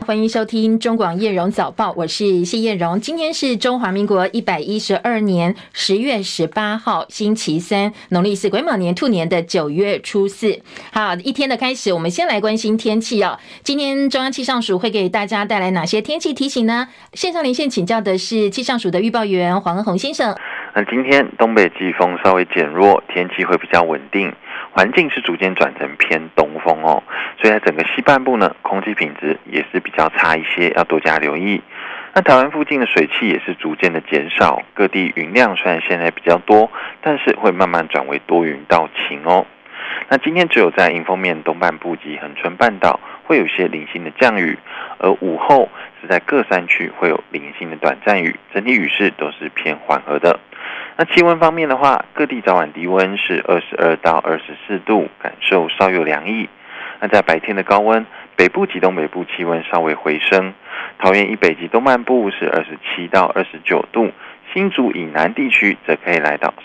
欢迎收听中广叶荣早报，我是谢叶荣。今天是中华民国112年10月18号，星期三，农历是癸卯年兔年的9月初4。好，一天的开始，我们先来关心天气哦。今天中央气象署会给大家带来哪些天气提醒呢？线上连线请教的是气象署的预报员黄恩宏先生。 今天东北季风稍微减弱，天气会比较稳定，环境是逐渐转成偏东风哦，所以在整个西半部呢，空气品质也是比较差一些，要多加留意。那台湾附近的水汽也是逐渐的减少，各地云量虽然现在比较多，但是会慢慢转为多云到晴哦。那今天只有在迎风面东半部及恒春半岛会有些零星的降雨，而午后是在各山区会有零星的短暂雨，整体雨势都是偏缓和的。那气温方面的话，各地早晚低温是22到24度，感受稍有凉意。那在白天的高温，北部及东北部气温稍微回升，桃园以北及东半部是27到29度，新竹以南地区则可以来到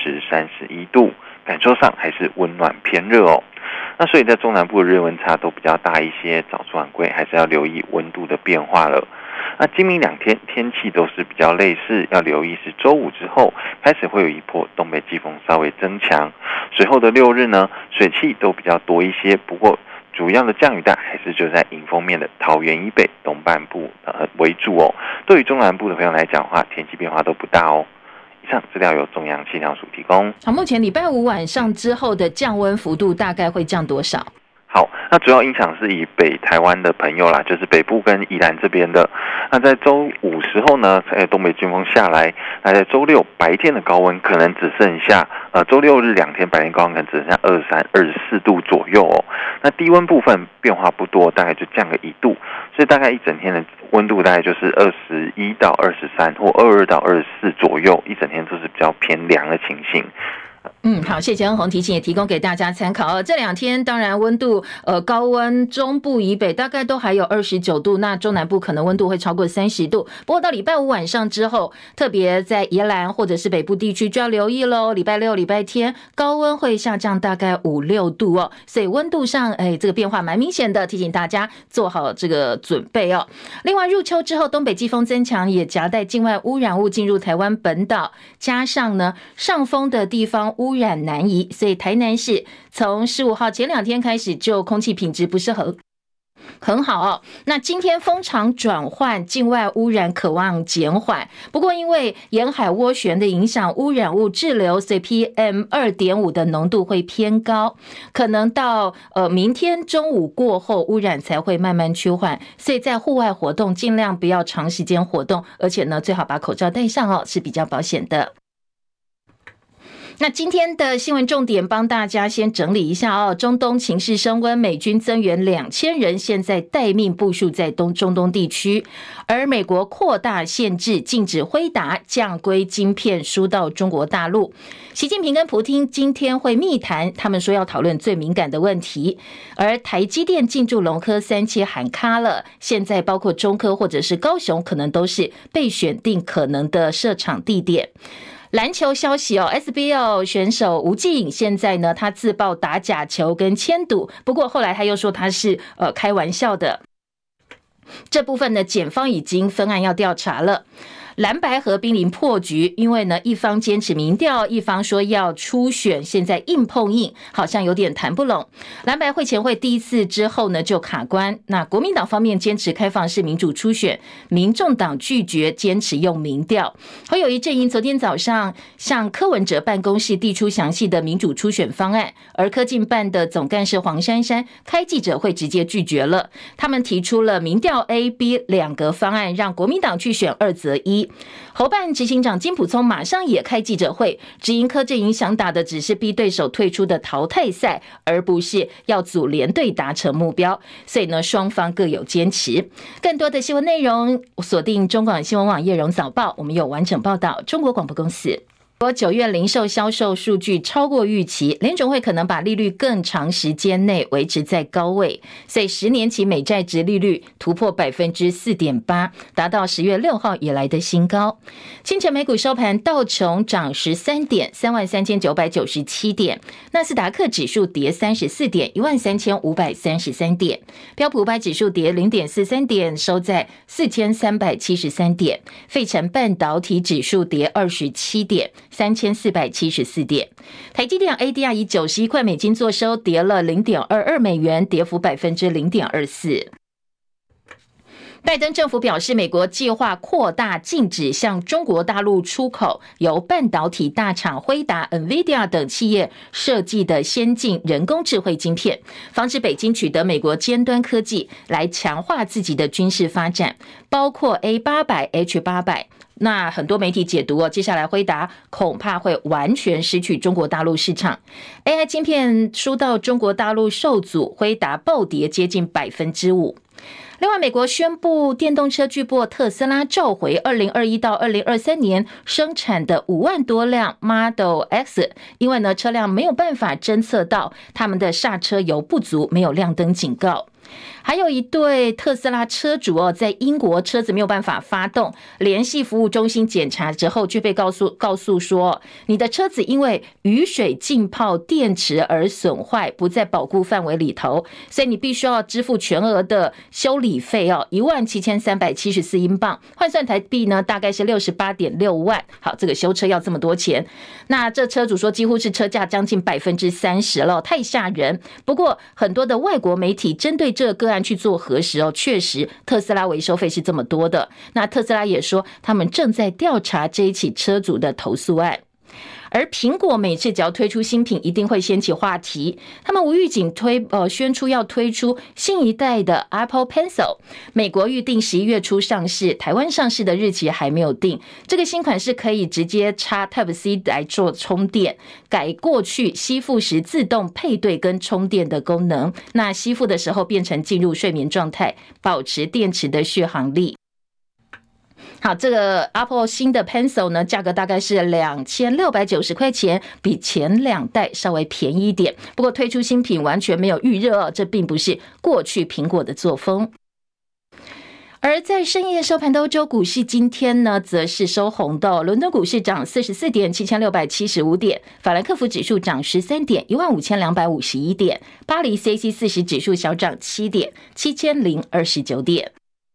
30、31度，感受上还是温暖偏热哦。那所以在中南部的日温差都比较大一些，早出晚归还是要留意温度的变化了。那今明两天天气都是比较类似，要留意是周五之后开始会有一波东北季风稍微增强，随后的6日呢，水汽都比较多一些，不过主要的降雨带还是就在迎风面的桃园以北东半部为主哦。对于中南部的朋友来讲的话，天气变化都不大哦。以上资料由中央气象署提供。 好，目前礼拜五晚上之后的降温幅度大概会降多少？ 好，那主要影响是以北台湾的朋友啦，就是北部跟宜兰这边的。那在周五时候呢，东北季风下来，那在周六白天的高温可能只剩下周六日2天白天高温可能只剩下23、24度左右哦。那低温部分变化不多，大概就降个1度，所以大概一整天的温度大概就是21到23或22到24左右，一整天都是比较偏凉的情形。 好，谢谢恩宏提醒，也提供给大家参考。这2天当然温度高温中部以北大概都还有29度，那中南部可能温度会超过30度。不过到礼拜五晚上之后，特别在宜兰或者是北部地区就要留意咯，礼拜六礼拜天高温会下降大概5、6度哦，所以温度上这个变化蛮明显的，提醒大家做好这个准备哦。另外入秋之后，东北季风增强，也夹带境外污染物进入台湾本岛，加上呢上风的地方污染南移，所以台南市从15号前2天开始就空气品质不是很好哦。那今天风场转换，境外污染渴望减缓，不过因为沿海涡旋的影响，污染物滞留，所以 PM2.5 的浓度会偏高，可能到明天中午过后污染才会慢慢趋缓，所以在户外活动尽量不要长时间活动，而且呢最好把口罩戴上哦，是比较保险的。那今天的新闻重点帮大家先整理一下哦。中东情势升温，美军增援2000人，现在待命部署在中东地区。而美国扩大限制，禁止辉达降规晶片输到中国大陆。习近平跟普丁今天会密谈，他们说要讨论最敏感的问题。而台积电进驻龙科3期喊卡了，现在包括中科或者是高雄，可能都是被选定可能的设厂地点。篮球消息哦 ，SBL 选手吴季颖现在呢，他自曝打假球跟签赌，不过后来他又说他是开玩笑的。这部分呢，检方已经分案要调查了。蓝白合濒临破局，因为呢一方坚持民调，一方说要初选，现在硬碰硬，好像有点谈不拢。蓝白会前会第一次之后呢就卡关，那国民党方面坚持开放式民主初选，民众党拒绝坚持用民调。侯友宜阵营昨天早上向柯文哲办公室递出详细的民主初选方案，而柯进办的总干事黄珊珊开记者会直接拒绝了，他们提出了民调 A、B 2个方案，让国民党去选2择1。侯办执行长金溥聪马上也开记者会，指引柯阵营想打的只是逼对手退出的淘汰赛，而不是要组联队达成目标。所以呢，双方各有坚持。更多的新闻内容锁定中广新闻网叶荣早报，我们有完整报道。中国广播公司。 9月零售销售数据超过预期，联准会可能把利率更长时间内维持在高位，所以10年期美债殖利率突破 4.8%， 达到10月6号以来的新高。清晨美股收盘，道琼涨13点 33,997 点，纳斯达克指数跌34点 13,533 点，标普500指数跌 0.43 点，收在 4,373 点，费城半导体指数跌27点3474点，台积电 ADR 以91块美金作收，跌了 0.22 美元，跌幅 0.24%。拜登政府表示，美国计划扩大禁止向中国大陆出口由半导体大厂辉达、NVIDIA 等企业设计的先进人工智慧晶片，防止北京取得美国尖端科技来强化自己的军事发展，包括 A800、H800。那很多媒体解读接下来辉达恐怕会完全失去中国大陆市场。AI 晶片输到中国大陆受阻，辉达暴跌接近 5%。另外，美国宣布电动车巨擘特斯拉召回2021到2023年生产的5万多辆 Model X， 因为车辆没有办法侦测到他们的刹车油不足，没有亮灯警告。还有一对特斯拉车主在英国车子没有办法发动，联系服务中心检查之后，就被告诉说，你的车子因为雨水浸泡电池而损坏，不在保固范围里头，所以你必须要支付全额的修理费17374英镑，换算台币呢大概是 68.6 万。好，这个修车要这么多钱，那这车主说几乎是车价将近 30% 了，太吓人。不过很多的外国媒体针对这个个案去做核实确实特斯拉维修费是这么多的。那特斯拉也说他们正在调查这一起车主的投诉案。而苹果每次只要推出新品，一定会掀起话题。他们无预警宣出要推出新一代的 Apple Pencil， 美国预定11月初上市，台湾上市的日期还没有定。这个新款是可以直接插 Type-C 来做充电，改过去吸附时自动配对跟充电的功能。那吸附的时候变成进入睡眠状态，保持电池的续航力。好，这个 Apple 新的 Pencil 呢，价格大概是2690块钱，比前2代稍微便宜一点。不过推出新品完全没有预热这并不是过去苹果的作风。而在深夜收盘的欧洲股市，今天呢则是收红的。伦敦股市涨44点7675点，法兰克福指数涨13点15251点，巴黎 CAC 40指数小涨7点7029点。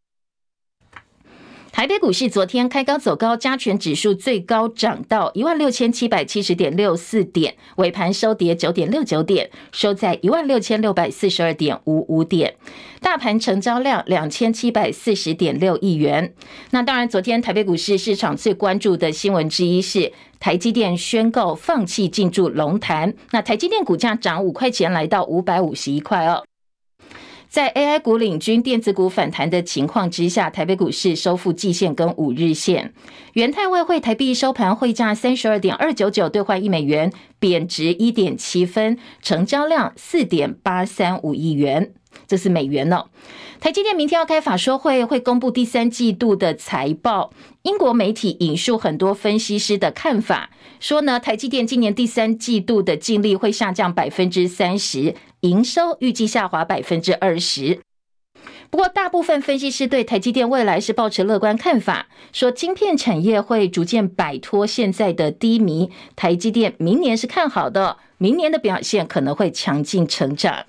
台北股市昨天开高走高，加权指数最高涨到16770.64点，尾盘收跌9.69点，收在16642.55点。大盘成交量2740.6亿元。那当然，昨天台北股市市场最关注的新闻之一是台积电宣告放弃进驻龙潭。那台积电股价涨5块钱，来到551块在 AI 股领军、电子股反弹的情况之下，台北股市收复季线跟5日线。元泰外汇台币收盘汇价 32.299 兑换1美元，贬值 1.7 分，成交量 4.835 亿元，这是美元台积电明天要开法说会，会公布第3季度的财报。英国媒体引述很多分析师的看法，说呢，台积电今年第3季度的净利会下降 30%， 营收预计下滑 20%。不过大部分分析师对台积电未来是抱持乐观看法，说晶片产业会逐渐摆脱现在的低迷，台积电明年是看好的，明年的表现可能会强劲成长。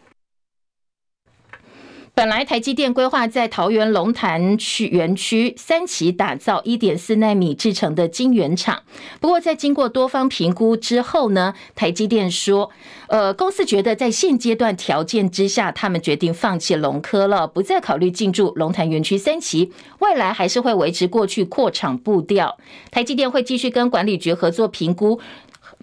本来台积电规划在桃园龙潭园区3期打造 1.4 奈米制成的晶圆厂，不过在经过多方评估之后呢，台积电说公司觉得在现阶段条件之下，他们决定放弃龙科了，不再考虑进驻龙潭园区3期，未来还是会维持过去扩厂步调。台积电会继续跟管理局合作评估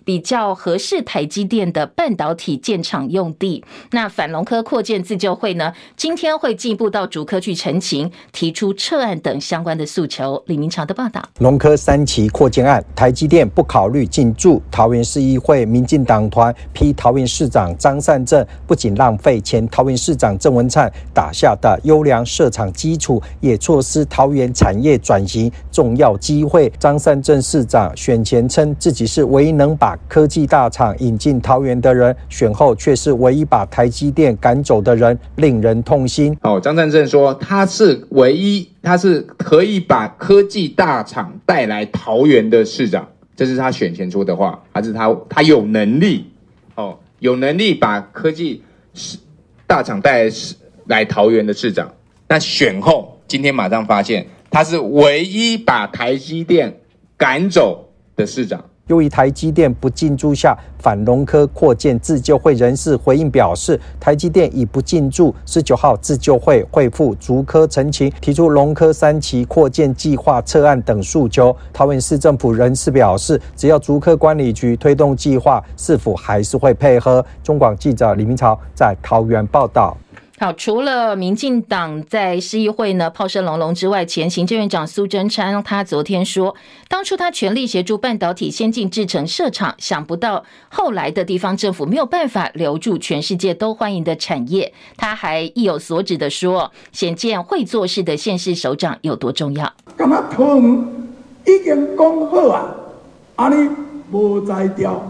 比较合适台积电的半导体建厂用地。那反龙科扩建自救会呢，今天会进一步到竹科去陈情，提出撤案等相关的诉求。李明朝的报道。 龙科3期扩建案，台积电不考虑进驻，桃园市议会民进党团批桃园市长张善政，不仅浪费前桃园市长郑文灿打下的优良设厂基础，也错失桃园产业转型重要机会。张善政市长选前称自己是唯一能把科技大厂引进桃园的人，选后却是唯一把台积电赶走的人，令人痛心。 张善政说他是唯一，他是可以把科技大厂带来桃园的市长，这是他选前说的话，还是他有能力有能力把科技大厂带来桃园的市长。那选后今天马上发现他是唯一把台积电赶走的市长。 由于台积电不进驻下，反龙科扩建自救会人士回应表示，台积电已不进驻，19号自救会会赴竹科陈情，提出龙科3期扩建计划撤案等诉求。桃园市政府人士表示，只要竹科管理局推动计划，市府还是会配合。中广记者李明朝在桃园报道。 好，除了民进党在市议会呢炮声隆隆之外，前行政院长苏贞昌他昨天说，当初他全力协助半导体先进制程设厂，想不到后来的地方政府没有办法留住全世界都欢迎的产业。他还意有所指的说，显见会做事的县市首长有多重要。 干嘛桃园已经讲好啊，安尼无在调，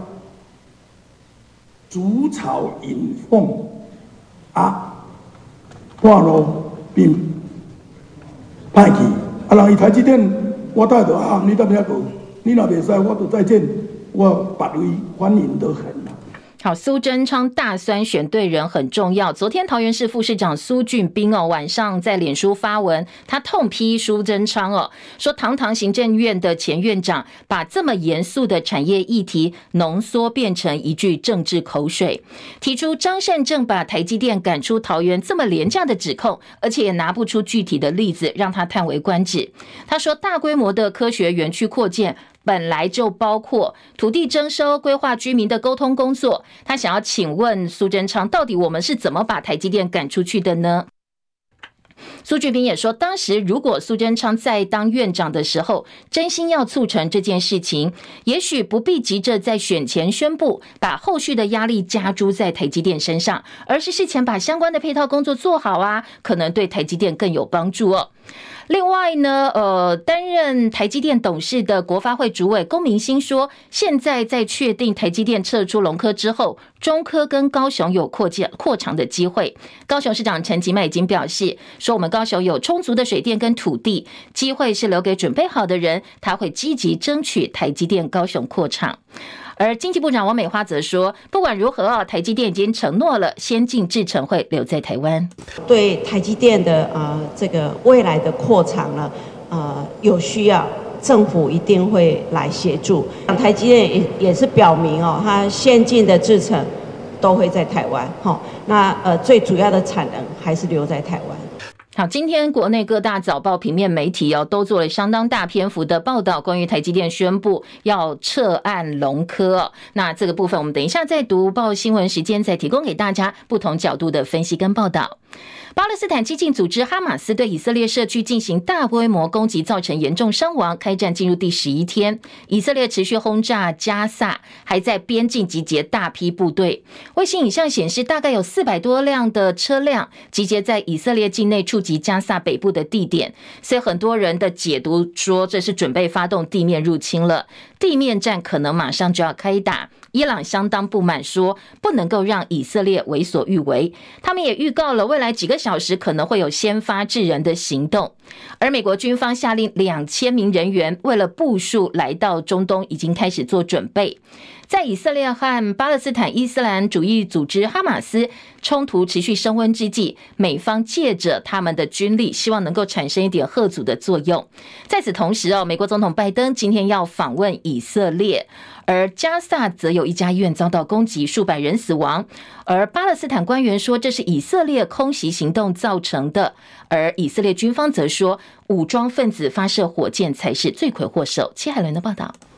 竹草引凤啊。半路变歹去，人伊台积电，我带着你到遐个，你若袂使，我就再见，我别位欢迎得很。 好，苏贞昌大酸选对人很重要。昨天桃园市副市长苏俊斌晚上在脸书发文，他痛批苏贞昌说堂堂行政院的前院长把这么严肃的产业议题浓缩变成一句政治口水，提出张善政把台积电赶出桃园这么廉价的指控，而且也拿不出具体的例子，让他叹为观止。他说大规模的科学园区扩建本来就包括土地征收、规划居民的沟通工作。他想要请问苏贞昌，到底我们是怎么把台积电赶出去的呢？苏俊斌也说，当时如果苏贞昌在当院长的时候真心要促成这件事情，也许不必急着在选前宣布，把后续的压力加诸在台积电身上，而是事前把相关的配套工作做好啊，可能对台积电更有帮助另外呢，担任台积电董事的国发会主委龚明鑫说，现在在确定台积电撤出龙科之后，中科跟高雄有扩厂的机会。高雄市长陈其迈已经表示说，我们高雄有充足的水电跟土地，机会是留给准备好的人，他会积极争取台积电高雄扩厂。而经济部长王美花则说，不管如何台积电已经承诺了先进制程会留在台湾。 对台积电的这个未来的扩厂呢，有需要，政府一定会来协助。台积电也是表明它先进的制程都会在台湾。那最主要的产能还是留在台湾。 好，今天国内各大早报平面媒体都做了相当大篇幅的报道，关于台积电宣布要撤案龙科。那这个部分我们等一下在读报新闻时间再提供给大家不同角度的分析跟报道。巴勒斯坦激进组织哈马斯对以色列社区进行大规模攻击，造成严重伤亡，开战进入第11天。以色列持续轰炸加萨，还在边境集结大批部队。卫星影像显示，大概有400多辆的车辆集结在以色列境内触及加萨北部的地点，所以很多人的解读说，这是准备发动地面入侵了，地面战可能马上就要开打。伊朗相当不满，说不能够让以色列为所欲为，他们也预告了未来几个小时可能会有先发制人的行动。而美国军方下令2000名人员为了部署来到中东，已经开始做准备。在以色列和巴勒斯坦伊斯兰主义组织哈马斯冲突持续升温之际，美方借着他们的军力，希望能够产生一点吓阻的作用。在此同时美国总统拜登今天要访问以色列，而加萨则有一家医院遭到攻击，数百人死亡。而巴勒斯坦官员说这是以色列空袭行动造成的，而以色列军方则说武装分子发射火箭才是罪魁祸首。戚海伦的报道。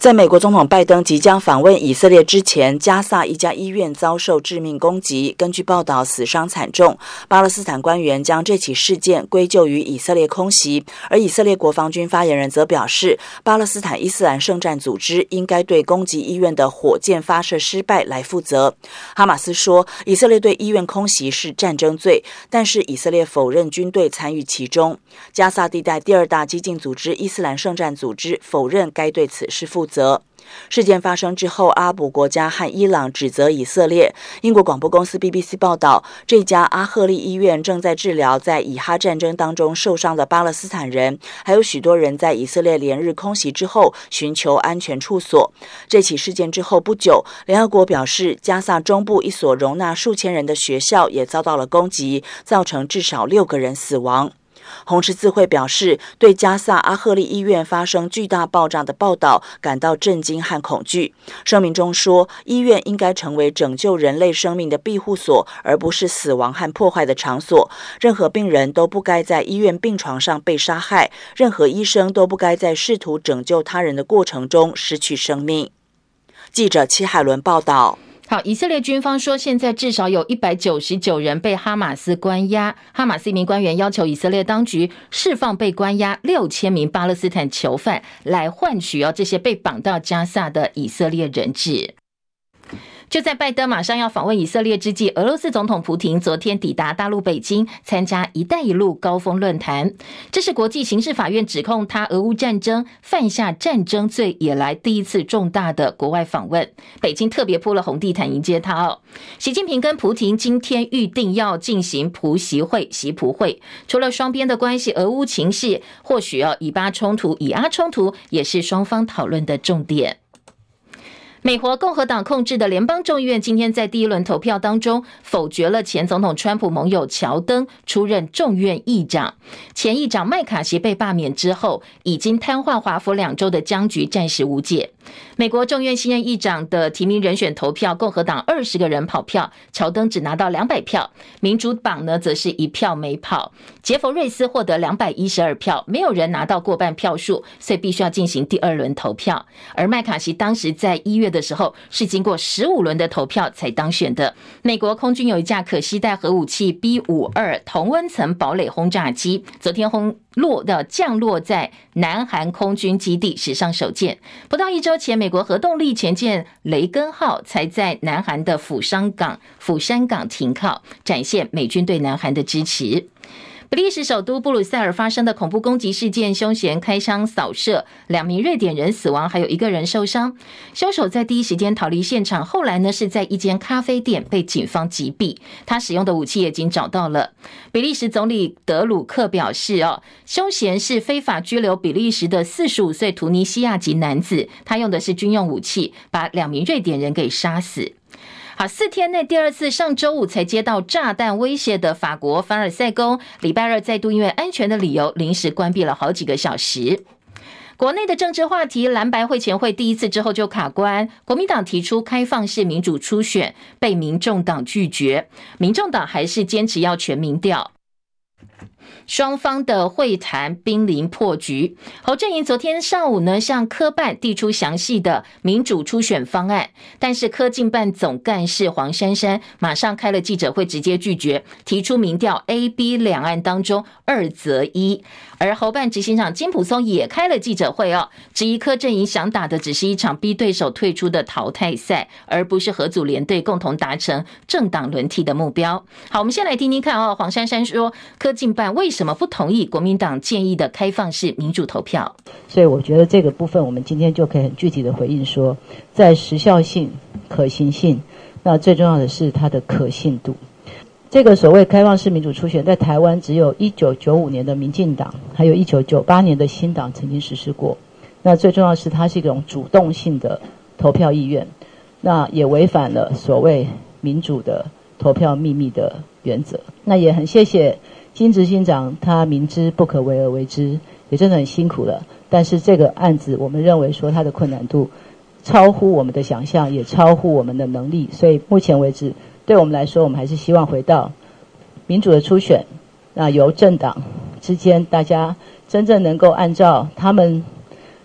在美国总统拜登即将访问以色列之前，加萨一家医院遭受致命攻击。根据报道，死伤惨重。巴勒斯坦官员将这起事件归咎于以色列空袭，而以色列国防军发言人则表示，巴勒斯坦伊斯兰圣战组织应该对攻击医院的火箭发射失败来负责。哈马斯说，以色列对医院空袭是战争罪，但是以色列否认军队参与其中。加萨地带第二大激进组织伊斯兰圣战组织否认该对此事负责。事件发生之后，阿拉伯国家和伊朗指责以色列。英国广播公司 BBC 报道，这家阿赫利医院正在治疗在以哈战争当中受伤的巴勒斯坦人，还有许多人在以色列连日空袭之后寻求安全处所。这起事件之后不久，联合国表示，加萨中部一所容纳数千人的学校也遭到了攻击，造成至少6个人死亡。红十字会表示，对加萨阿赫利医院发生巨大爆炸的报道感到震惊和恐惧。声明中说，医院应该成为拯救人类生命的庇护所，而不是死亡和破坏的场所。任何病人都不该在医院病床上被杀害，任何医生都不该在试图拯救他人的过程中失去生命。记者戚海伦报道。 好，以色列军方说，现在至少有199人被哈马斯关押。哈马斯一名官员要求以色列当局释放被关押6000名巴勒斯坦囚犯，来换取这些被绑到加萨的以色列人质。就在拜登马上要访问以色列之际，俄罗斯总统普亭昨天抵达大陆北京，参加“一带一路”高峰论坛。这是国际刑事法院指控他俄乌战争犯下战争罪以来第一次重大的国外访问。北京特别铺了红地毯迎接他习近平跟普亭今天预定要进行普习会、习普会。除了双边的关系，俄乌情势，或许以巴冲突、以阿冲突也是双方讨论的重点。美国共和党控制的联邦众议院今天在第一轮投票当中否决了前总统川普盟友乔登出任众院议长。前议长麦卡锡被罢免之后，已经瘫痪华府2周的僵局暂时无解。美国众院新任议长的提名人选投票，共和党20个人跑票，乔登只拿到200票，民主党呢则是1票没跑。杰佛瑞斯获得212票，没有人拿到过半票数，所以必须要进行第2轮投票。而麦卡锡当时在1月的时候是经过15轮的投票才当选的。美国空军有一架可携带核武器 B-52 同温层堡垒轰炸机，昨天降落在南韩空军基地，史上首见。不到1周前，美国核动力前舰雷根号才在南韩的釜山港停靠，展现美军对南韩的支持。比利时首都布鲁塞尔发生的恐怖攻击事件，凶嫌开枪扫射，2名瑞典人死亡，还有1个人受伤。凶手在第一时间逃离现场，后来呢是在一间咖啡店被警方击毙。他使用的武器也已经找到了。比利时总理德鲁克表示，凶嫌是非法拘留比利时的45岁突尼西亚籍男子，他用的是军用武器，把2名瑞典人给杀死。好，4天内第2次上周五才接到炸弹威胁的法国凡尔赛宫，礼拜2再度因为安全的理由临时关闭了好几个小时。国内的政治话题，蓝白会前会第一次之后就卡关，国民党提出开放式民主初选，被民众党拒绝，民众党还是坚持要全民调。双方的会谈濒临破局。侯阵营昨天上午呢，向科办递出详细的民主初选方案，但是科进办总干事黄珊珊马上开了记者会，直接拒绝，提出民调 A、B 两案当中2择1。而侯办执行长金溥松也开了记者会质疑柯阵营想打的只是一场逼对手退出的淘汰赛，而不是合组联队共同达成政党轮替的目标。好，我们先来听听看黄珊珊说柯进办为什么不同意国民党建议的开放式民主投票。 所以我觉得这个部分我们今天就可以很具体的回应说，在时效性、可行性，那最重要的是它的可信度。这个所谓开放式民主初选在台湾只有1995年的民进党还有1998年的新党曾经实施过，那最重要的是它是一种主动性的投票意愿，那也违反了所谓民主的投票秘密的原则。那也很谢谢金执行长，他明知不可为而为之，也真的很辛苦了，但是这个案子我们认为说它的困难度超乎我们的想象，也超乎我们的能力，所以目前为止对我们来说，我们还是希望回到民主的初选，那由政党之间大家真正能够按照他们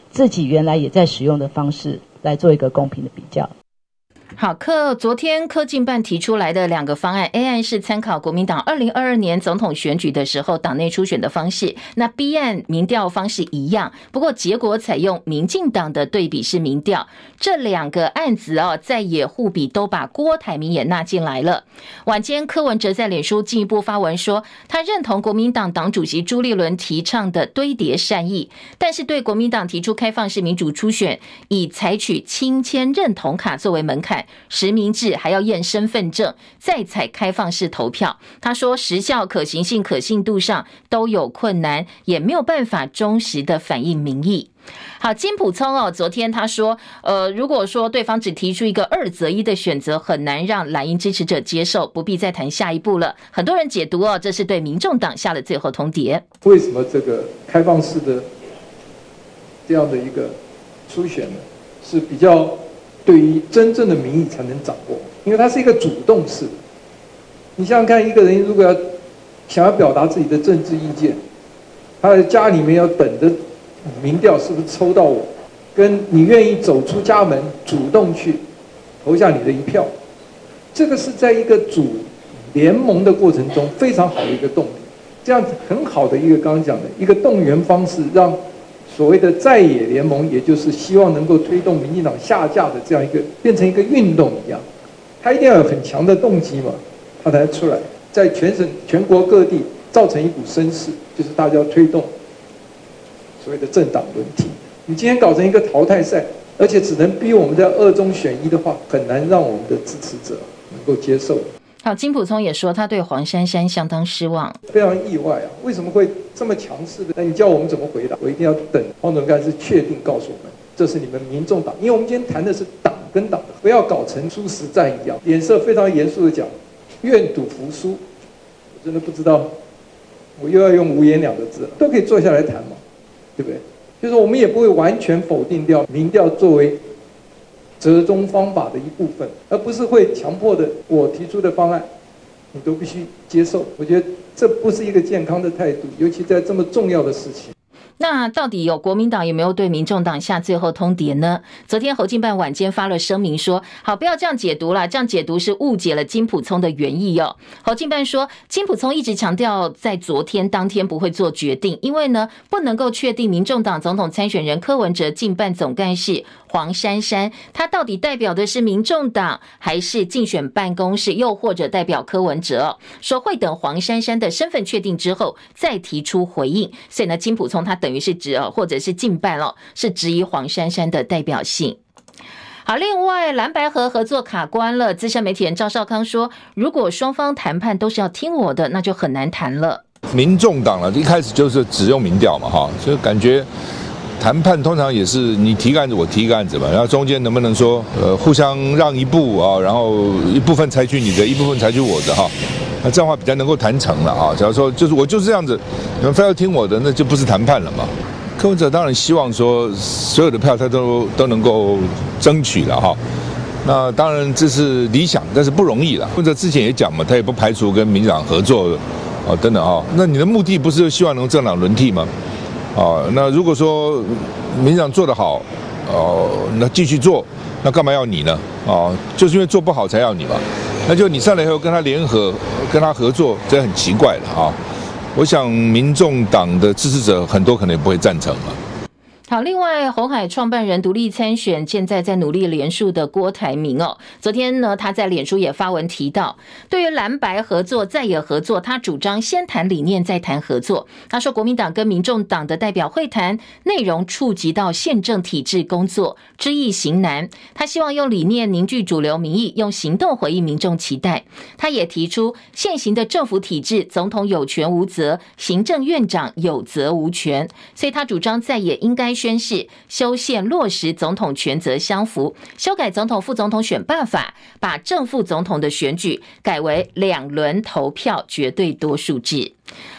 自己原来也在使用的方式来做一个公平的比较。 好，昨天科进办提出来的2个方案 ，A 案是参考国民党2022年总统选举的时候党内初选的方式，那 B 案民调方式一样，不过结果采用民进党的对比式民调。这2个案子在野互比都把郭台铭也纳进来了。晚间柯文哲在脸书进一步发文说，他认同国民党党主席朱立伦提倡的堆叠善意，但是对国民党提出开放式民主初选，以采取亲签认同卡作为门槛，实名制还要验身份证，再采开放式投票。他说时效、可行性、可信度上都有困难，也没有办法忠实的反映民意。好，金溥聪昨天他说，如果说对方只提出一个2择1的选择，很难让蓝营支持者接受，不必再谈下一步了。很多人解读这是对民众党下了最后通牒。 为什么这个开放式的这样的一个初选呢，是比较对于真正的民意才能掌握？因为它是一个主动式的。你想想看，一个人如果想要表达自己的政治意见，他在家里面要等着民调是不是抽到我，跟你愿意走出家门主动去投下你的一票，这个是在一个主联盟的过程中非常好的一个动力。这样子很好的一个刚刚讲的一个动员方式，让所谓的在野联盟，也就是希望能够推动民进党下架的这样一个变成一个运动一样，他一定要有很强的动机嘛，他才出来，在全国各地造成一股声势，就是大家推动所谓的政党轮替。你今天搞成一个淘汰赛，而且只能逼我们在2中选1的话，很难让我们的支持者能够接受。 好，金溥聪也说他对黄珊珊相当失望， 非常意外啊！为什么会这么强势的？那你叫我们怎么回答？我一定要等黄总干事确定告诉我们，这是你们民众党，因为我们今天谈的是党跟党的，不要搞成殊实战一样。脸色非常严肃的讲，愿赌服输。我真的不知道，我又要用无言2个字了，都可以坐下来谈嘛，对不对？就是我们也不会完全否定掉民调作为折中方法的一部分，而不是会强迫的我提出的方案你都必须接受。我觉得这不是一个健康的态度，尤其在这么重要的事情。 那到底国民党有没有对民众党下最后通牒呢？昨天侯进办晚间发了声明说，好，不要这样解读啦，这样解读是误解了金溥聪的原意哦。侯进办说，金溥聪一直强调在昨天当天不会做决定，因为呢不能够确定民众党总统参选人柯文哲进办总干事黄珊珊，他到底代表的是民众党还是竞选办公室，又或者代表柯文哲，说会等黄珊珊的身份确定之后再提出回应。所以呢，金溥聪他等于是指或者是竞办是质疑黄珊珊的代表性。好，另外蓝白合合作卡关了，资深媒体人赵少康说，如果双方谈判都是要听我的，那就很难谈了。 民众党一开始就是只用民调嘛，所以感觉谈判通常也是你提个案子我提个案子嘛，然后中间能不能说互相让一步啊，然后一部分采取你的，一部分采取我的哈，那这样的话比较能够谈成了啊。假如说就是我就是这样子，你们非要听我的，那就不是谈判了嘛。柯文哲当然希望说所有的票他都能够争取了哈。那当然这是理想，但是不容易了。柯文哲之前也讲嘛，他也不排除跟民进党合作啊等等啊。那你的目的不是希望能政党轮替吗？那如果说民进党做得好，那继续做，那干嘛要你呢？就是因为做不好才要你嘛。那就你上来以后跟他联合，跟他合作，这很奇怪了啊。我想民众党的支持者很多可能也不会赞成嘛。 好，另外鸿海创办人独立参选，现在在努力连署的郭台铭昨天呢，他在脸书也发文提到，对于蓝白合作、在野合作，他主张先谈理念，再谈合作。他说，国民党跟民众党的代表会谈，内容触及到宪政体制工作，知易行难。他希望用理念凝聚主流民意，用行动回应民众期待。他也提出，现行的政府体制，总统有权无责，行政院长有责无权，所以他主张在野应该宣誓修宪落实总统权责相符，修改总统副总统选罢法，把正副总统的选举改为2轮投票绝对多数制。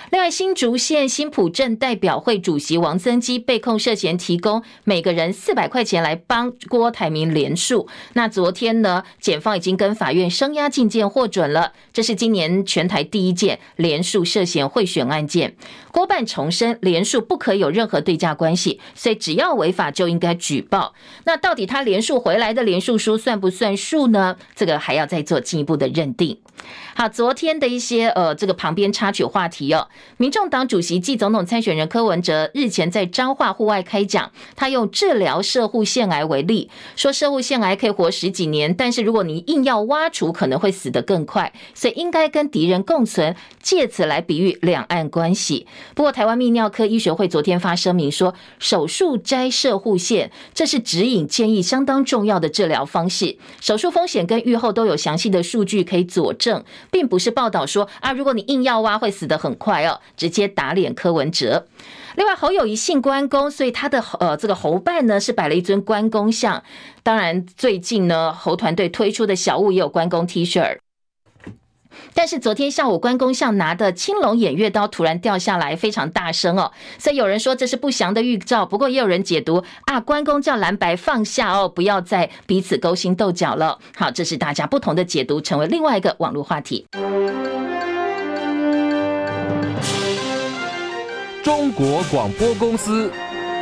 另外，新竹县新埔镇代表会主席王增基被控涉嫌提供每个人400块钱来帮郭台铭连署。那昨天呢，检方已经跟法院声押禁见获准了，这是今年全台第一件连署涉嫌贿选案件。郭办重申，连署不可以有任何对价关系，所以只要违法就应该举报。那到底他连署回来的连署书算不算数呢？这个还要再做进一步的认定。好，昨天的一些这个旁边插曲话题哦，民众党主席暨总统参选人柯文哲日前在彰化户外开讲，他用治疗摄护腺癌为例，说摄护腺癌可以活10几年，但是如果你硬要挖除，可能会死得更快，所以应该跟敌人共存，借此来比喻两岸关系。不过台湾泌尿科医学会昨天发声明说，手术摘摄护腺，这是指引建议相当重要的治疗方式，手术风险跟预后都有详细的数据可以佐证，并不是报道说如果你硬要挖会死得很快哦，直接打脸柯文哲。另外，侯友宜信关公，所以他的这个侯办呢是摆了一尊关公像。当然，最近呢侯团队推出的小物也有关公 T 恤。但是昨天下午关公像拿的青龙偃月刀突然掉下来，非常大声哦，所以有人说这是不祥的预兆，不过也有人解读关公叫蓝白放下哦，不要再彼此勾心斗角了。好，这是大家不同的解读，成为另外一个网络话题。 中国广播公司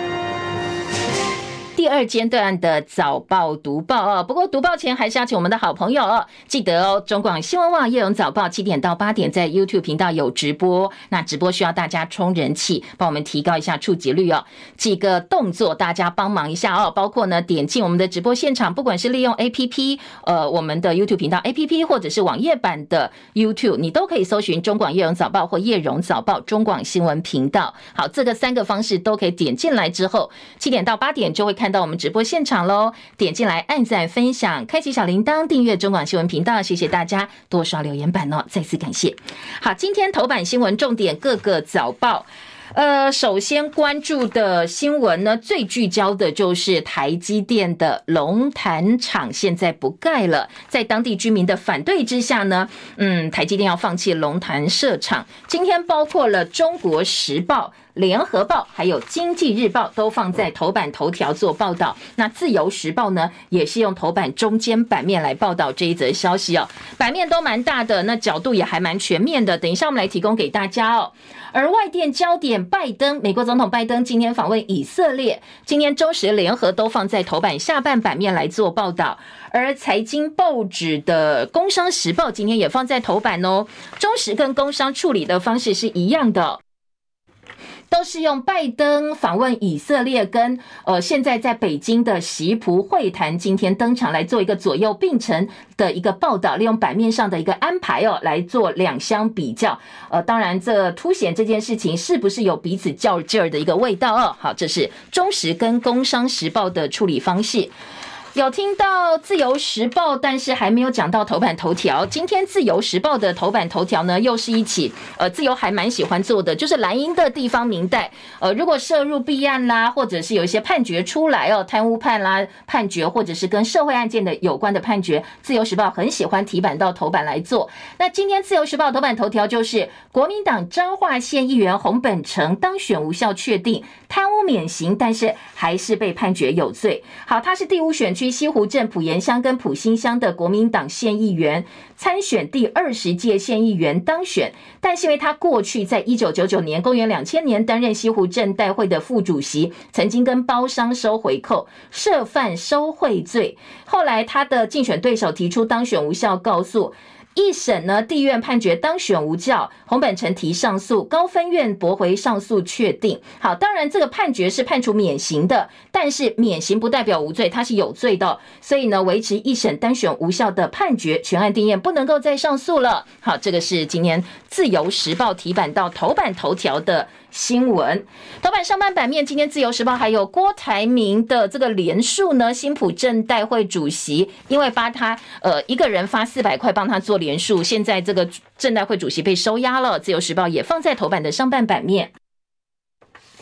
第二阶段的早报读报不过读报前还是要请我们的好朋友记得中广新闻网叶荣早报7点到8点在 YouTube 频道有直播，那直播需要大家冲人气，帮我们提高一下触及率几个动作大家帮忙一下包括呢点进我们的直播现场，不管是利用 APP 我们的 YouTube 频道 APP 或者是网页版的 YouTube， 你都可以搜寻中广叶荣早报或叶荣早报中广新闻频道。好，这个3个方式都可以点进来之后7点到8点就会看到我们直播现场咯，点进来按赞分享开启小铃铛订阅中广新闻频道，谢谢大家多刷留言板再次感谢。好，今天头版新闻重点各个早报首先关注的新闻呢，最聚焦的就是台积电的龙潭厂现在不盖了，在当地居民的反对之下呢，台积电要放弃龙潭设厂。今天包括了中国时报、联合报还有经济日报都放在头版头条做报道，那自由时报呢也是用头版中间版面来报道这一则消息版面都蛮大的，那角度也还蛮全面的，等一下我们来提供给大家而外电焦点，拜登，美国总统拜登今天访问以色列，今天中时联合都放在头版下半版面来做报道，而财经报纸的工商时报今天也放在头版中时跟工商处理的方式是一样的，都是用拜登访问以色列跟现在在北京的习普会谈今天登场来做一个左右并陈的一个报道，利用版面上的一个安排来做两相比较。当然这凸显这件事情是不是有彼此较劲儿的一个味道好，这是中时跟工商时报的处理方式。有听到自由时报，但是还没有讲到头版头条。今天自由时报的头版头条呢，又是一起自由还蛮喜欢做的，就是蓝营的地方民代如果涉入弊案啦，或者是有一些判决出来贪污判啦判决，或者是跟社会案件的有关的判决，自由时报很喜欢提版到头版来做。那今天自由时报头版头条就是国民党彰化县议员洪本成当选无效确定，贪污免刑，但是还是被判决有罪。好，他是第5选区西湖镇埔盐乡跟埔心乡的国民党县议员，参选第20届县议员当选，但是因为他过去在1999年公元2000年担任西湖镇代会的副主席，曾经跟包商收回扣，涉犯收贿罪，后来他的竞选对手提出当选无效告诉，一审呢，地院判决当选无效，洪本成提上诉，高分院驳回上诉确定。好，当然这个判决是判处免刑的，但是免刑不代表无罪，它是有罪的，所以呢，维持一审单选无效的判决，全案定验，不能够再上诉了。好，这个是今天自由时报提版到头版头条的新闻。头版上半版面，今天自由时报还有郭台铭的这个连署呢，新埔镇代会主席因为帮他一个人发400块帮他做连署，现在这个镇代会主席被收押了，自由时报也放在头版的上半版面。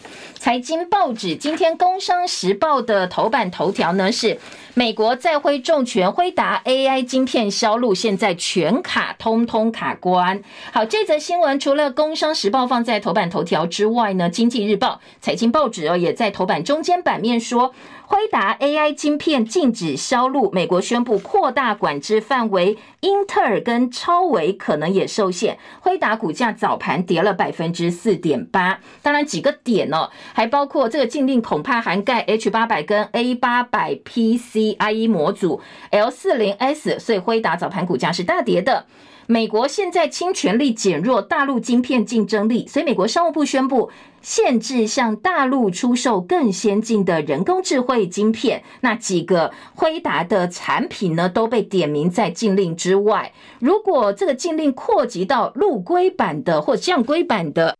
财经报纸今天《工商时报》的头版头条呢是美国在辉重拳，辉达 AI 晶片销路现在全卡，通通卡关。好，这则新闻除了《工商时报》放在头版头条之外呢，《经济日报》财经报纸也在头版中间版面说，辉达 AI 晶片禁止销路，美国宣布扩大管制范围，英特尔跟超微可能也受限。辉达股价早盘跌了 4.8%， 当然几个点还包括这个禁令恐怕涵盖 H800 跟 A800 PCIe 模组 L40S， 所以辉达早盘股价是大跌的。美国现在倾全力减弱大陆晶片竞争力，所以美国商务部宣布限制向大陆出售更先进的人工智慧晶片，那几个辉达的产品呢都被点名在禁令之外。如果这个禁令扩及到陆规版的或降规版的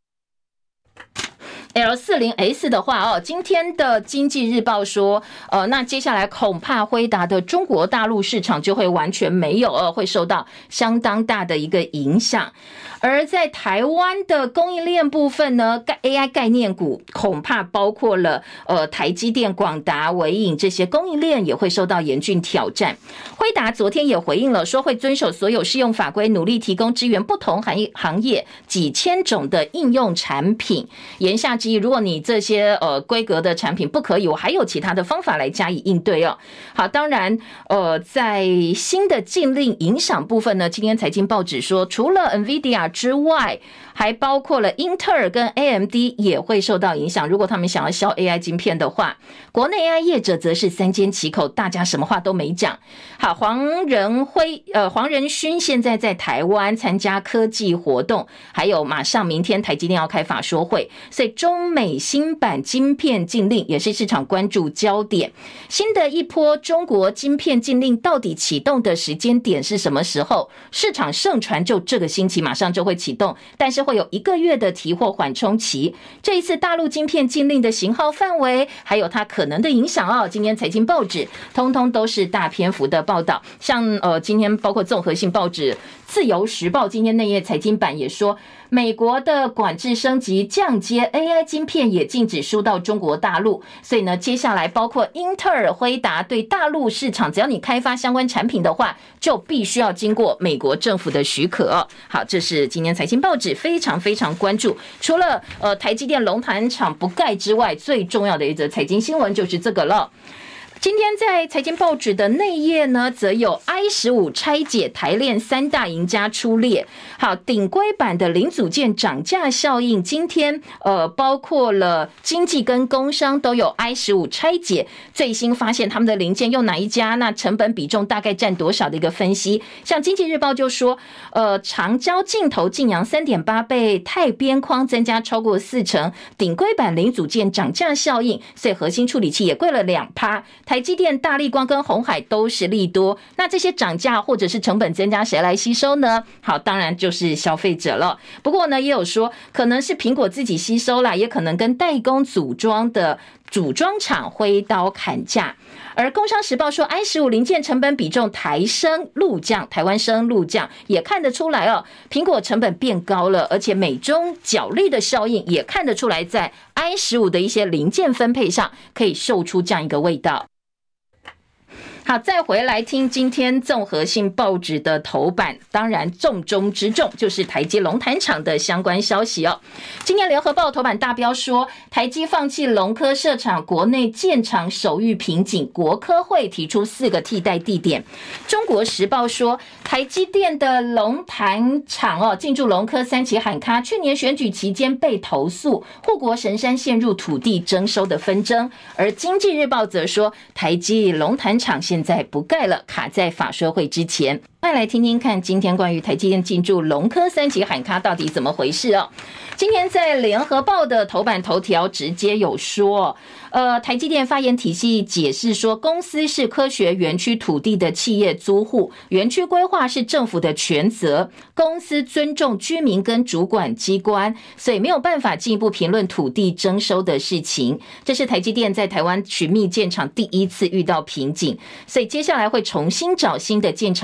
L40S 的话今天的经济日报说那接下来恐怕辉达的中国大陆市场就会完全没有会受到相当大的一个影响。而在台湾的供应链部分呢 AI 概念股恐怕包括了台积电、广达、微影这些供应链也会受到严峻挑战。辉达昨天也回应了，说会遵守所有适用法规，努力提供支援不同行业几千种的应用产品。言下之意，如果你这些规格的产品不可以，我还有其他的方法来加以应对好，当然在新的禁令影响部分呢，今天财经报纸说，除了 NVIDIA 之外，还包括了英特尔跟 AMD 也会受到影响。如果他们想要销 AI 晶片的话，国内 AI 业者则是三缄其口，大家什么话都没讲。好，黄仁勋现在在台湾参加科技活动，还有马上明天台积电要开法说会，所以中美新版晶片禁令也是市场关注焦点。新的一波中国晶片禁令到底启动的时间点是什么时候？市场盛传就这个星期马上就会启动，但是会有1个月的提货缓冲期。这一次大陆晶片禁令的型号范围，还有它可能的影响今天财经报纸通通都是大篇幅的报道。像今天包括综合性报纸自由时报今天内页财经版也说，美国的管制升级降阶 AI 晶片也禁止输到中国大陆，所以呢，接下来包括英特尔、辉达对大陆市场，只要你开发相关产品的话，就必须要经过美国政府的许可好，这是今天财经报纸非常非常关注。除了台积电龙潭厂不盖之外，最重要的一则财经新闻就是这个了。今天在财经报纸的内页呢，则有 I15 拆解台链3大赢家出列。好，顶规版的零组件涨价效应，今天包括了经济跟工商都有 I15 拆解，最新发现他们的零件用哪一家，那成本比重大概占多少的一个分析。像经济日报就说，长焦镜头净扬 3.8 倍，钛边框增加超过40%，顶规版零组件涨价效应，所以核心处理器也贵了 2%。台积电、大立光跟鸿海都是利多，那这些涨价或者是成本增加，谁来吸收呢？好，当然就是消费者了。不过呢，也有说可能是苹果自己吸收啦，也可能跟代工组装的组装厂挥刀砍价。而工商时报说 I15 零件成本比重台升陆降，台湾升陆降，也看得出来苹果成本变高了，而且美中角力的效应也看得出来，在 I15 的一些零件分配上可以嗅出这样一个味道。好，再回来听今天综合性报纸的头版，当然重中之重就是台积龙潭厂的相关消息今天联合报头版大标说，台积放弃龙科设厂，国内建厂首遇瓶颈，国科会提出4个替代地点。中国时报说，台积电的龙潭厂进驻龙科3期喊卡，去年选举期间被投诉，护国神山陷入土地征收的纷争。而经济日报则说，台积龙潭厂现在不盖了，卡在法说会之前。快来听听看今天关于台积电进驻龙科3期喊卡到底怎么回事今天在联合报的头版头条直接有说，台积电发言体系解释说，公司是科学园区土地的企业租户，园区规划是政府的权责，公司尊重居民跟主管机关，所以没有办法进一步评论土地征收的事情。这是台积电在台湾寻觅建厂第一次遇到瓶颈，所以接下来会重新找新的建厂地点。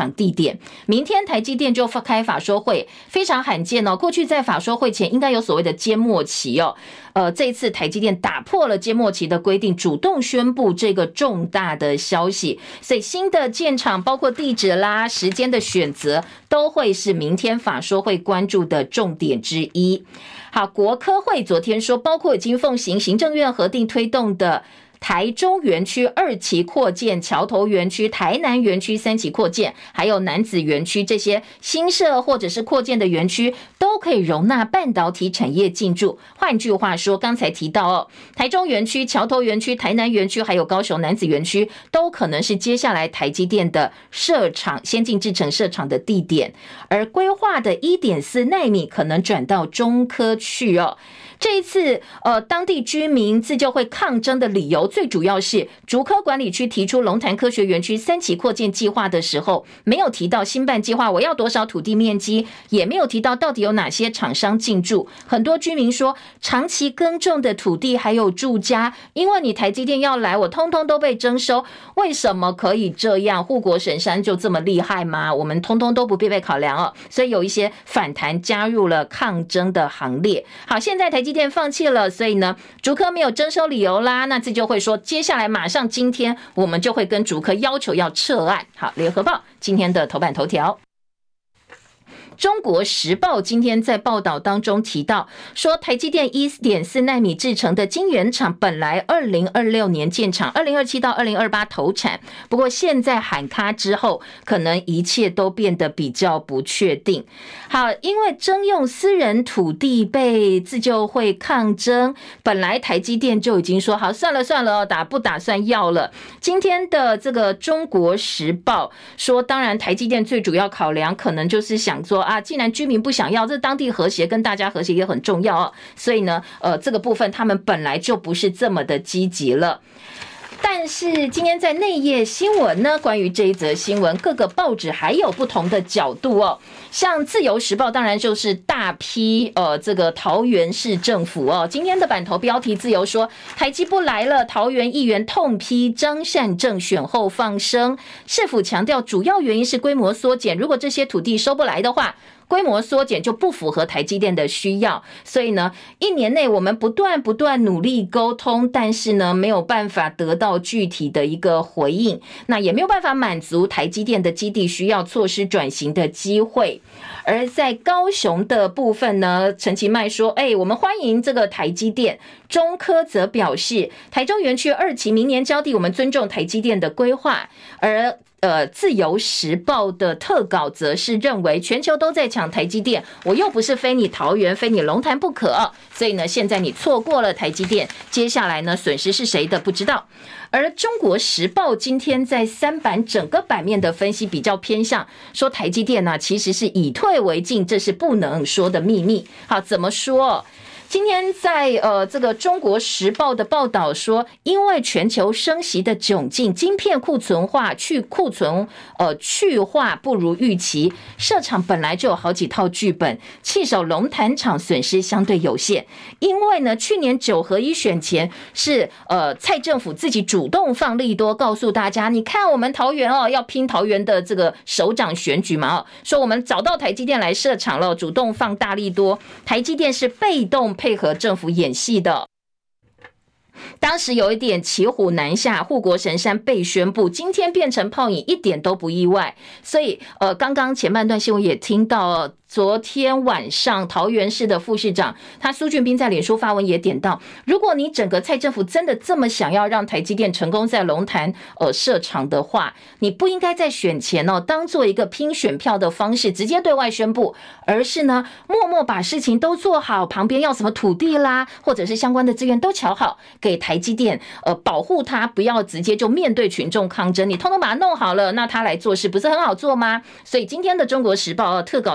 点。明天台积电就开法说会，非常罕见哦。过去在法说会前应该有所谓的缄默期哦。这一次台积电打破了缄默期的规定，主动宣布这个重大的消息，所以新的建厂包括地址啦、时间的选择，都会是明天法说会关注的重点之一。好，国科会昨天说，包括已经奉行行政院核定推动的台中园区2期扩建、桥头园区、台南园区3期扩建，还有楠梓园区这些新设或者是扩建的园区，都可以容纳半导体产业进驻。换句话说，刚才提到台中园区、桥头园区、台南园区，还有高雄楠梓园区，都可能是接下来台积电的设厂、先进制程设厂的地点，而规划的 1.4 奈米可能转到中科去哦。这一次当地居民自救会抗争的理由，最主要是竹科管理区提出龙潭科学园区3期扩建计划的时候，没有提到新办计划我要多少土地面积，也没有提到到底有哪些厂商进驻。很多居民说，长期耕种的土地还有住家，因为你台积电要来，我通通都被征收，为什么可以这样？护国神山就这么厉害吗？我们通通都不必被考量哦。所以有一些反弹加入了抗争的行列。好，现在台积电放弃了，所以呢，竹科没有征收理由啦，那这就会说，接下来马上今天我们就会跟竹科要求要撤案。好，联合报今天的头版头条。中国时报今天在报道当中提到说，台积电 1.4 奈米制成的晶圆厂本来2026年建厂，2027到2028投产，不过现在喊卡之后，可能一切都变得比较不确定。好，因为征用私人土地被自救会抗争，本来台积电就已经说好算了不打算要了。今天的这个中国时报说，当然台积电最主要考量可能就是想说既然居民不想要，这当地和谐跟大家和谐也很重要哦，所以呢这个部分他们本来就不是这么的积极了。但是今天在内页新闻呢，关于这一则新闻，各个报纸还有不同的角度哦。像自由时报当然就是大批这个桃园市政府哦，今天的版头标题自由说，台积不来了，桃园议员痛批张善政选后放生，市府强调主要原因是规模缩减，如果这些土地收不来的话，规模缩减就不符合台积电的需要，所以呢，1年内我们不断努力沟通，但是呢没有办法得到具体的一个回应，那也没有办法满足台积电的基地需要，错失转型的机会。而在高雄的部分呢，陈其迈说，我们欢迎这个台积电，中科则表示，台中园区2期明年交地，我们尊重台积电的规划。而自由时报的特稿则是认为全球都在抢台积电，我又不是非你桃园非你龙潭不可，所以呢现在你错过了台积电，接下来呢损失是谁的不知道。而中国时报今天在3版整个版面的分析比较偏向说，台积电呢其实是以退为进，这是不能说的秘密。好，怎么说？今天在这个中国时报的报道说，因为全球升息的窘境，晶片库存化去化不如预期，设厂本来就有好几套剧本，弃守龙潭厂损失相对有限。因为呢，去年9合1选前是蔡政府自己主动放利多，告诉大家，你看我们桃园要拼桃园的这个首长选举嘛，说我们找到台积电来设厂了，主动放大利多，台积电是被动配合政府演戏的。当时有一点骑虎难下，护国神山被宣布，今天变成泡影，一点都不意外。所以刚刚前半段新闻也听到昨天晚上桃园市的副市长苏俊斌在脸书发文也点到，如果你整个蔡政府真的这么想要让台积电成功在龙潭设厂的话，你不应该在选前当做一个拼选票的方式直接对外宣布，而是呢默默把事情都做好，旁边要什么土地啦或者是相关的资源都瞧好，给台积电保护它，不要直接就面对群众抗争，你通通把它弄好了，那他来做事不是很好做吗？所以今天的中国时报特稿就说，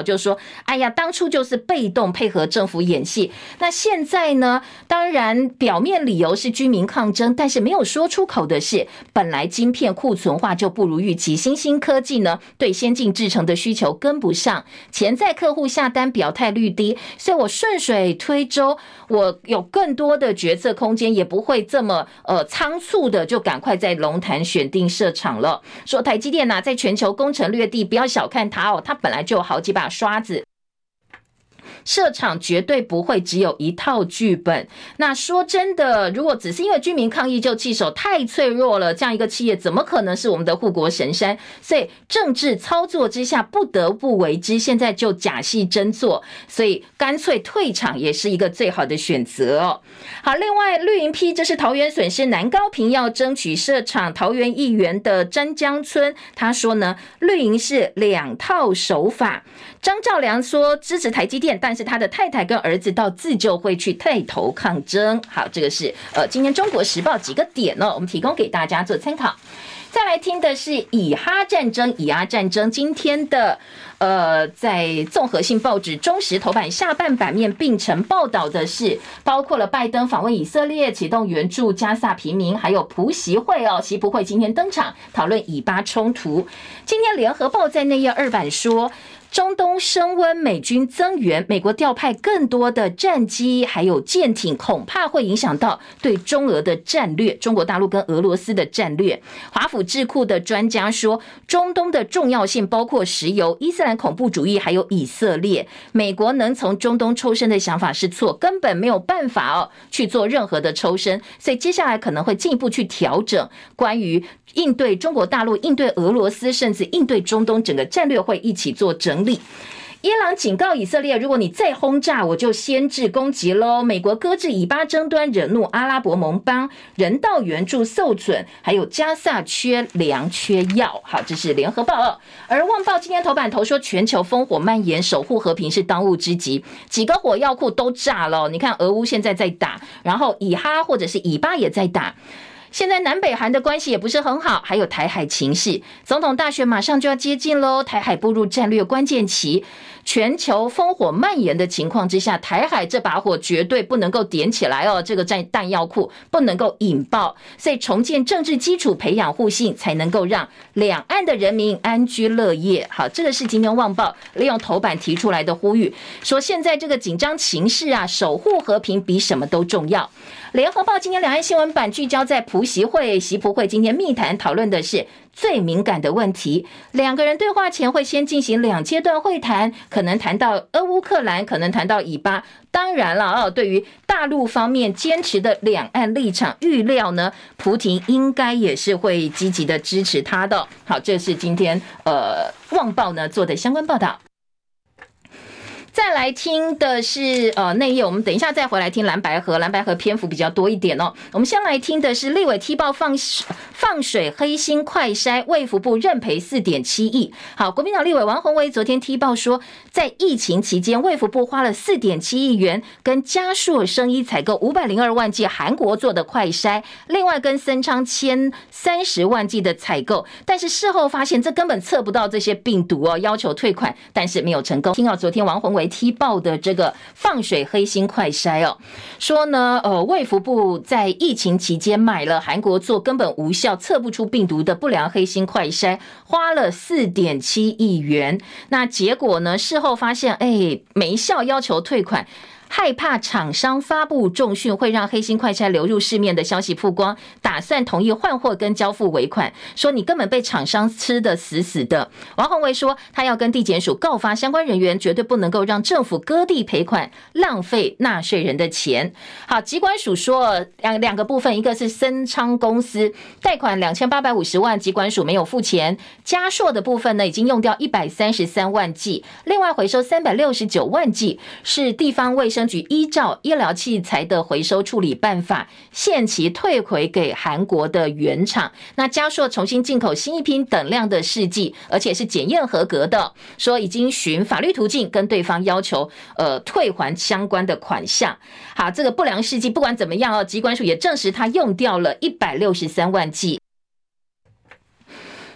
哎呀，当初就是被动配合政府演戏。那现在呢，当然表面理由是居民抗争，但是没有说出口的是，本来晶片库存化就不如预期，新兴科技呢对先进制程的需求跟不上，潜在客户下单表态率低，所以我顺水推舟，我有更多的决策空间，也不会这么仓促的就赶快在龙潭选定设厂了。说台积电在全球攻城略地，不要小看它它本来就有好几把刷子。设厂绝对不会只有一套剧本。那说真的，如果只是因为居民抗议就弃守，太脆弱了，这样一个企业怎么可能是我们的护国神山？所以政治操作之下不得不为之，现在就假戏真做，所以干脆退场也是一个最好的选择哦。好，另外绿营批这是桃园损失，南高屏要争取设厂，桃园议员的詹江村他说呢，绿营是两套手法。张兆良说支持台积电，但是他的太太跟儿子到自救会去带头抗争。好，这个是今天中国时报几个点我们提供给大家做参考。再来听的是以哈战争，以阿战争今天的在综合性报纸中时头版下半版面并成报道的是，包括了拜登访问以色列，启动援助加萨平民，还有普习会习普会今天登场讨论以巴冲突。今天联合报在内页二版说，中东升温，美军增援，美国调派更多的战机还有舰艇，恐怕会影响到对中俄的战略，中国大陆跟俄罗斯的战略。华府智库的专家说，中东的重要性包括石油、伊斯兰恐怖主义还有以色列，美国能从中东抽身的想法是错，根本没有办法去做任何的抽身，所以接下来可能会进一步去调整关于应对中国大陆、应对俄罗斯，甚至应对中东整个战略会一起做整理。伊朗警告以色列，如果你再轰炸，我就先制攻击咯。美国搁置以巴争端，惹怒阿拉伯盟邦，人道援助受损，还有加萨缺粮缺药。好，这是联合报而旺报今天头版头说，全球烽火蔓延，守护和平是当务之急，几个火药库都炸了。你看俄乌现在在打，然后以哈或者是以巴也在打。现在南北韩的关系也不是很好，还有台海情势，总统大选马上就要接近咯，台海步入战略关键期，全球烽火蔓延的情况之下，台海这把火绝对不能够点起来这个弹药库不能够引爆，所以重建政治基础，培养互信，才能够让两岸的人民安居乐业。好，这个是今天旺报利用头版提出来的呼吁，说现在这个紧张情势守护和平比什么都重要。联合报今天两岸新闻版聚焦在普习会，习普会今天密谈讨论的是最敏感的问题，两个人对话前会先进行2阶段会谈，可能谈到乌克兰，可能谈到以巴。当然了对于大陆方面坚持的两岸立场，预料呢，蒲亭应该也是会积极的支持他的。好，这是今天旺报呢做的相关报道。再来听的是内页，我们等一下再回来听蓝白合篇幅比较多一点我们先来听的是立委踢爆放水黑心快筛，卫福部认赔4.7亿。好，国民党立委王宏维昨天踢爆说，在疫情期间，卫福部花了4.7亿元跟嘉硕生医采购502万剂韩国做的快筛，另外跟森昌签30万剂的采购，但是事后发现这根本测不到这些病毒要求退款，但是没有成功。听到昨天王宏维踢爆的这个放水黑心快筛说呢卫福部在疫情期间买了韩国做根本无效测不出病毒的不良黑心快筛，花了4.7亿元，那结果呢事后发现没效，要求退款。害怕厂商发布重讯会让黑心快筛流入市面的消息曝光，打算同意换货跟交付尾款，说你根本被厂商吃得死死的。王宏维说他要跟地检署告发相关人员，绝对不能够让政府割地赔款，浪费纳税人的钱。好，疾管署说两个部分，一个是森昌公司贷款2850万，疾管署没有付钱，嘉硕的部分呢已经用掉133万剂，另外回收369万剂，是地方卫生局依照医疗器材的回收处理办法，限期退回给韩国的原厂。那嘉硕重新进口新一批等量的试剂，而且是检验合格的，说已经循法律途径跟对方要求退还相关的款项。好，这个不良试剂不管怎么样疾管署也证实他用掉了163万剂。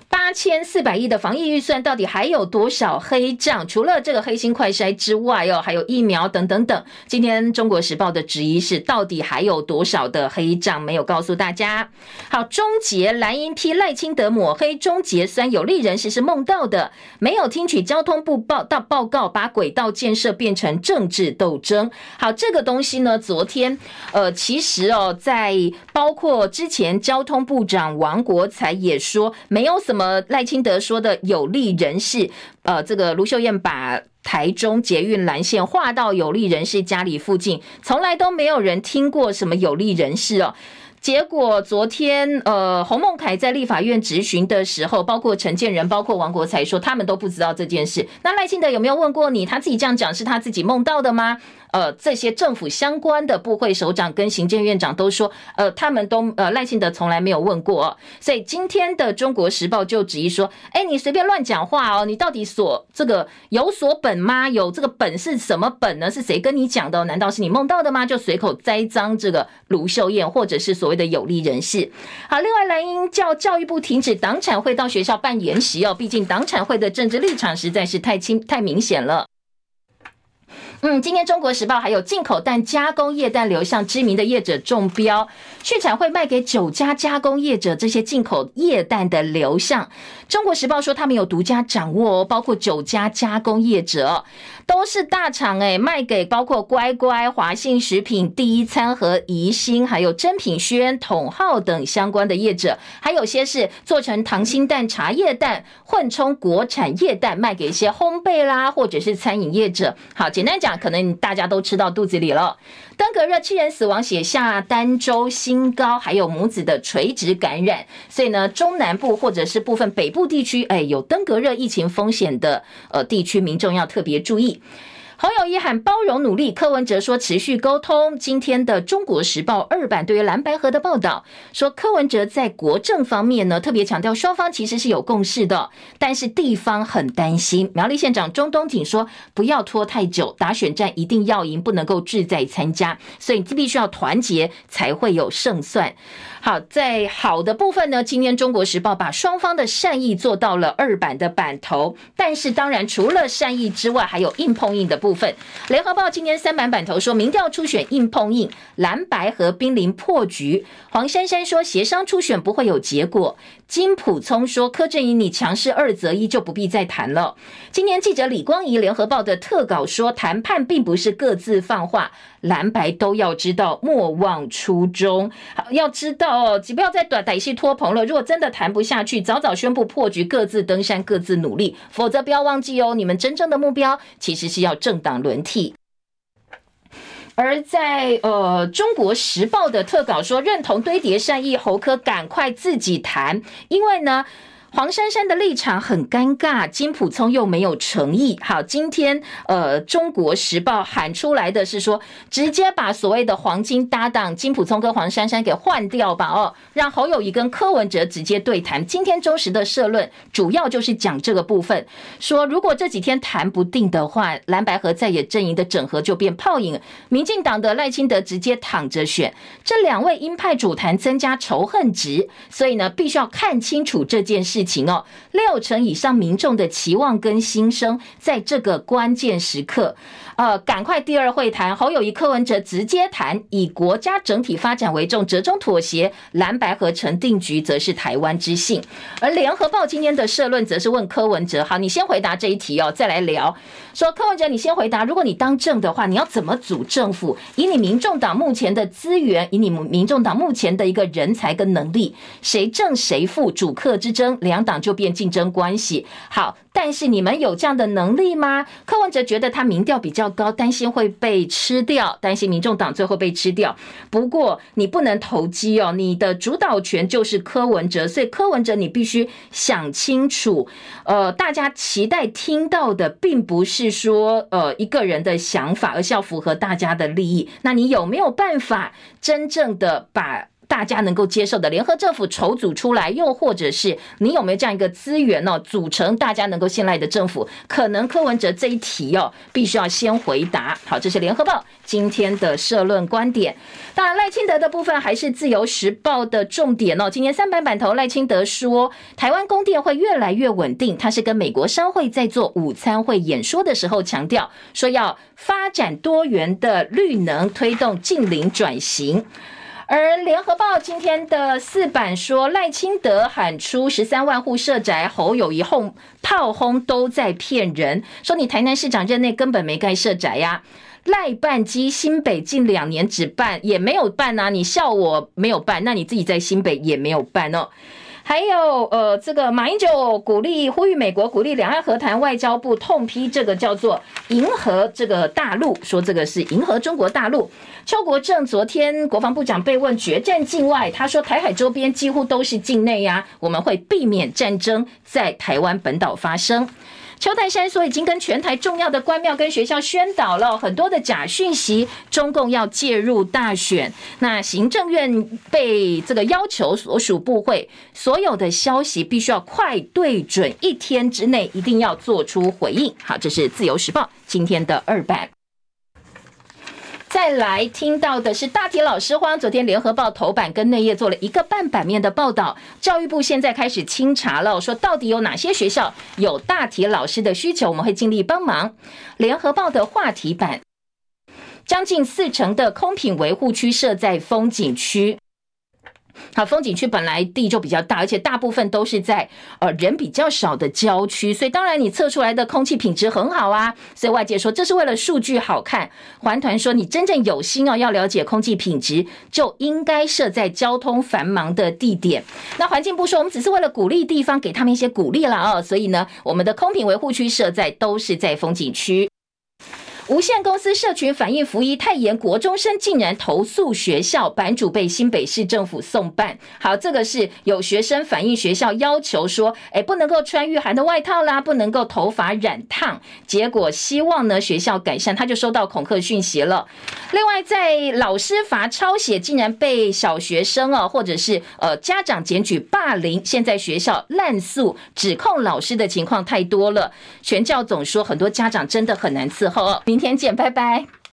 8400亿的防疫预算到底还有多少黑账？除了这个黑心快筛之外还有疫苗等等等。今天中国时报的质疑是，到底还有多少的黑账没有告诉大家。好，终结蓝营批赖清德抹黑终结酸有利人士是梦到的，没有听取交通部报告，把轨道建设变成政治斗争。好，这个东西呢，昨天其实在包括之前交通部长王国材也说，没有什么赖清德说的有利人士，这个卢秀燕把台中捷运蓝线划到有利人士家里附近，从来都没有人听过什么有利人士结果昨天洪孟凯在立法院质询的时候，包括陈建仁包括王国材说他们都不知道这件事。那赖清德有没有问过你，他自己这样讲是他自己梦到的吗？这些政府相关的部会首长跟行政院长都说他们都赖清德从来没有问过所以今天的中国时报就质疑说，你随便乱讲话你到底这个有所本吗？有这个本是什么本呢？是谁跟你讲的？难道是你梦到的吗？就随口栽赃这个卢秀燕或者是所谓的有利人士。好，另外蓝营叫教育部停止党产会到学校办研习毕竟党产会的政治立场实在是太明显了。今天中国时报还有进口蛋加工业蛋流向知名的业者中标，畜产会卖给9家加工业者这些进口业蛋的流向。中国时报说他们有独家掌握包括9家加工业者都是大厂卖给包括乖乖、华信食品、第一餐盒、宜兴还有珍品轩、统浩等相关的业者，还有些是做成溏心蛋、茶叶蛋混充国产业蛋卖给一些烘焙啦或者是餐饮业者。好，简单讲可能大家都吃到肚子里了。登革热7人死亡，写下单周新高，还有母子的垂直感染。所以呢，中南部或者是部分北部地区有登革热疫情风险的地区民众要特别注意。侯友宜喊包容努力，柯文哲说持续沟通。今天的中国时报2版对于蓝白合的报道说，柯文哲在国政方面呢，特别强调双方其实是有共识的，但是地方很担心。苗栗县长钟东锦说，不要拖太久，打选战一定要赢，不能够志在参加，所以必须要团结才会有胜算。好，在好的部分呢，今天中国时报把双方的善意做到了2版的版头，但是当然除了善意之外，还有硬碰硬的部分。联合报今天3版版头说，民调初选硬碰硬，蓝白合濒临破局。黄珊珊说，协商初选不会有结果。金溥聪说，柯震宇你强势2择1就不必再谈了。今年记者李光仪联合报的特稿说，谈判并不是各自放话，蓝白都要知道莫忘初衷。好，要知道不要再歹戏拖棚了，如果真的谈不下去，早早宣布破局，各自登山各自努力，否则不要忘记你们真正的目标其实是要政党轮替。而在中国时报的特稿说，认同堆叠善意，侯柯赶快自己谈，因为呢黄珊珊的立场很尴尬，金溥聪又没有诚意。好，今天中国时报喊出来的是说，直接把所谓的黄金搭档金溥聪跟黄珊珊给换掉吧让侯友宜跟柯文哲直接对谈。今天中时的社论主要就是讲这个部分，说如果这几天谈不定的话，蓝白合在野阵营的整合就变泡影，民进党的赖清德直接躺着选，这2位鹰派主谈增加仇恨值，所以呢必须要看清楚这件事情60%以上民众的期望跟心声，在这个关键时刻赶快第2会谈，侯友宜柯文哲直接谈，以国家整体发展为重，折中妥协，蓝白合成定局则是台湾之幸。而联合报今天的社论则是问柯文哲，好，你先回答这一题再来聊，说柯文哲你先回答，如果你当政的话，你要怎么组政府？以你民众党目前的资源，以你民众党目前的一个人才跟能力，谁正谁负，主客之争2党就变竞争关系。好，但是你们有这样的能力吗？柯文哲觉得他民调比较高，担心会被吃掉，担心民众党最后被吃掉。不过你不能投机你的主导权就是柯文哲，所以柯文哲你必须想清楚，大家期待听到的并不是说一个人的想法，而是要符合大家的利益。那你有没有办法真正的把大家能够接受的？联合政府筹组出来，又或者是你有没有这样一个资源哦，组成大家能够信赖的政府？可能柯文哲这一题哦，必须要先回答。好，这是联合报今天的社论观点。当然，赖清德的部分还是自由时报的重点哦。今天3版版头，赖清德说，台湾供电会越来越稳定。他是跟美国商会在做午餐会演说的时候强调，说要发展多元的绿能，推动净零转型。而联合报今天的4版说，赖清德喊出13万户社宅，侯友宜炮轰都在骗人，说你台南市长任内根本没盖社宅呀。赖办基新北近2年只办也没有办啊，你笑我没有办，那你自己在新北也没有办哦。还有这个马英九呼吁美国鼓励两岸和谈，外交部痛批这个叫做迎合这个大陆，说这个是迎合中国大陆。邱国正昨天国防部长被问决战境外，他说台海周边几乎都是境内呀，我们会避免战争在台湾本岛发生。邱泰山说已经跟全台重要的官庙跟学校宣导了很多的假讯息，中共要介入大选。那行政院被这个要求所属部会所有的消息必须要快对准，1天之内一定要做出回应。好，这是自由时报今天的2版。再来听到的是大体老师荒，昨天联合报头版跟内页做了1个半版面的报道，教育部现在开始清查了，说到底有哪些学校有大体老师的需求，我们会尽力帮忙。联合报的话题版，将近40%的空品维护区设在风景区。好，风景区本来地就比较大，而且大部分都是在人比较少的郊区，所以当然你测出来的空气品质很好啊。所以外界说这是为了数据好看，环团说你真正有心哦，要了解空气品质，就应该设在交通繁忙的地点。那环境部说我们只是为了鼓励地方，给他们一些鼓励啦哦，所以呢，我们的空品维护区设在都是在风景区。无限公司社群反映服役太严，国中生竟然投诉学校，版主被新北市政府送办。好，这个是有学生反映学校要求说，不能够穿御寒的外套啦，不能够头发染烫。结果希望呢学校改善，他就收到恐吓讯息了。另外，在老师罚抄写竟然被小学生或者是家长检举霸凌，现在学校滥诉指控老师的情况太多了。全教总说很多家长真的很难伺候哦。明天见，拜拜。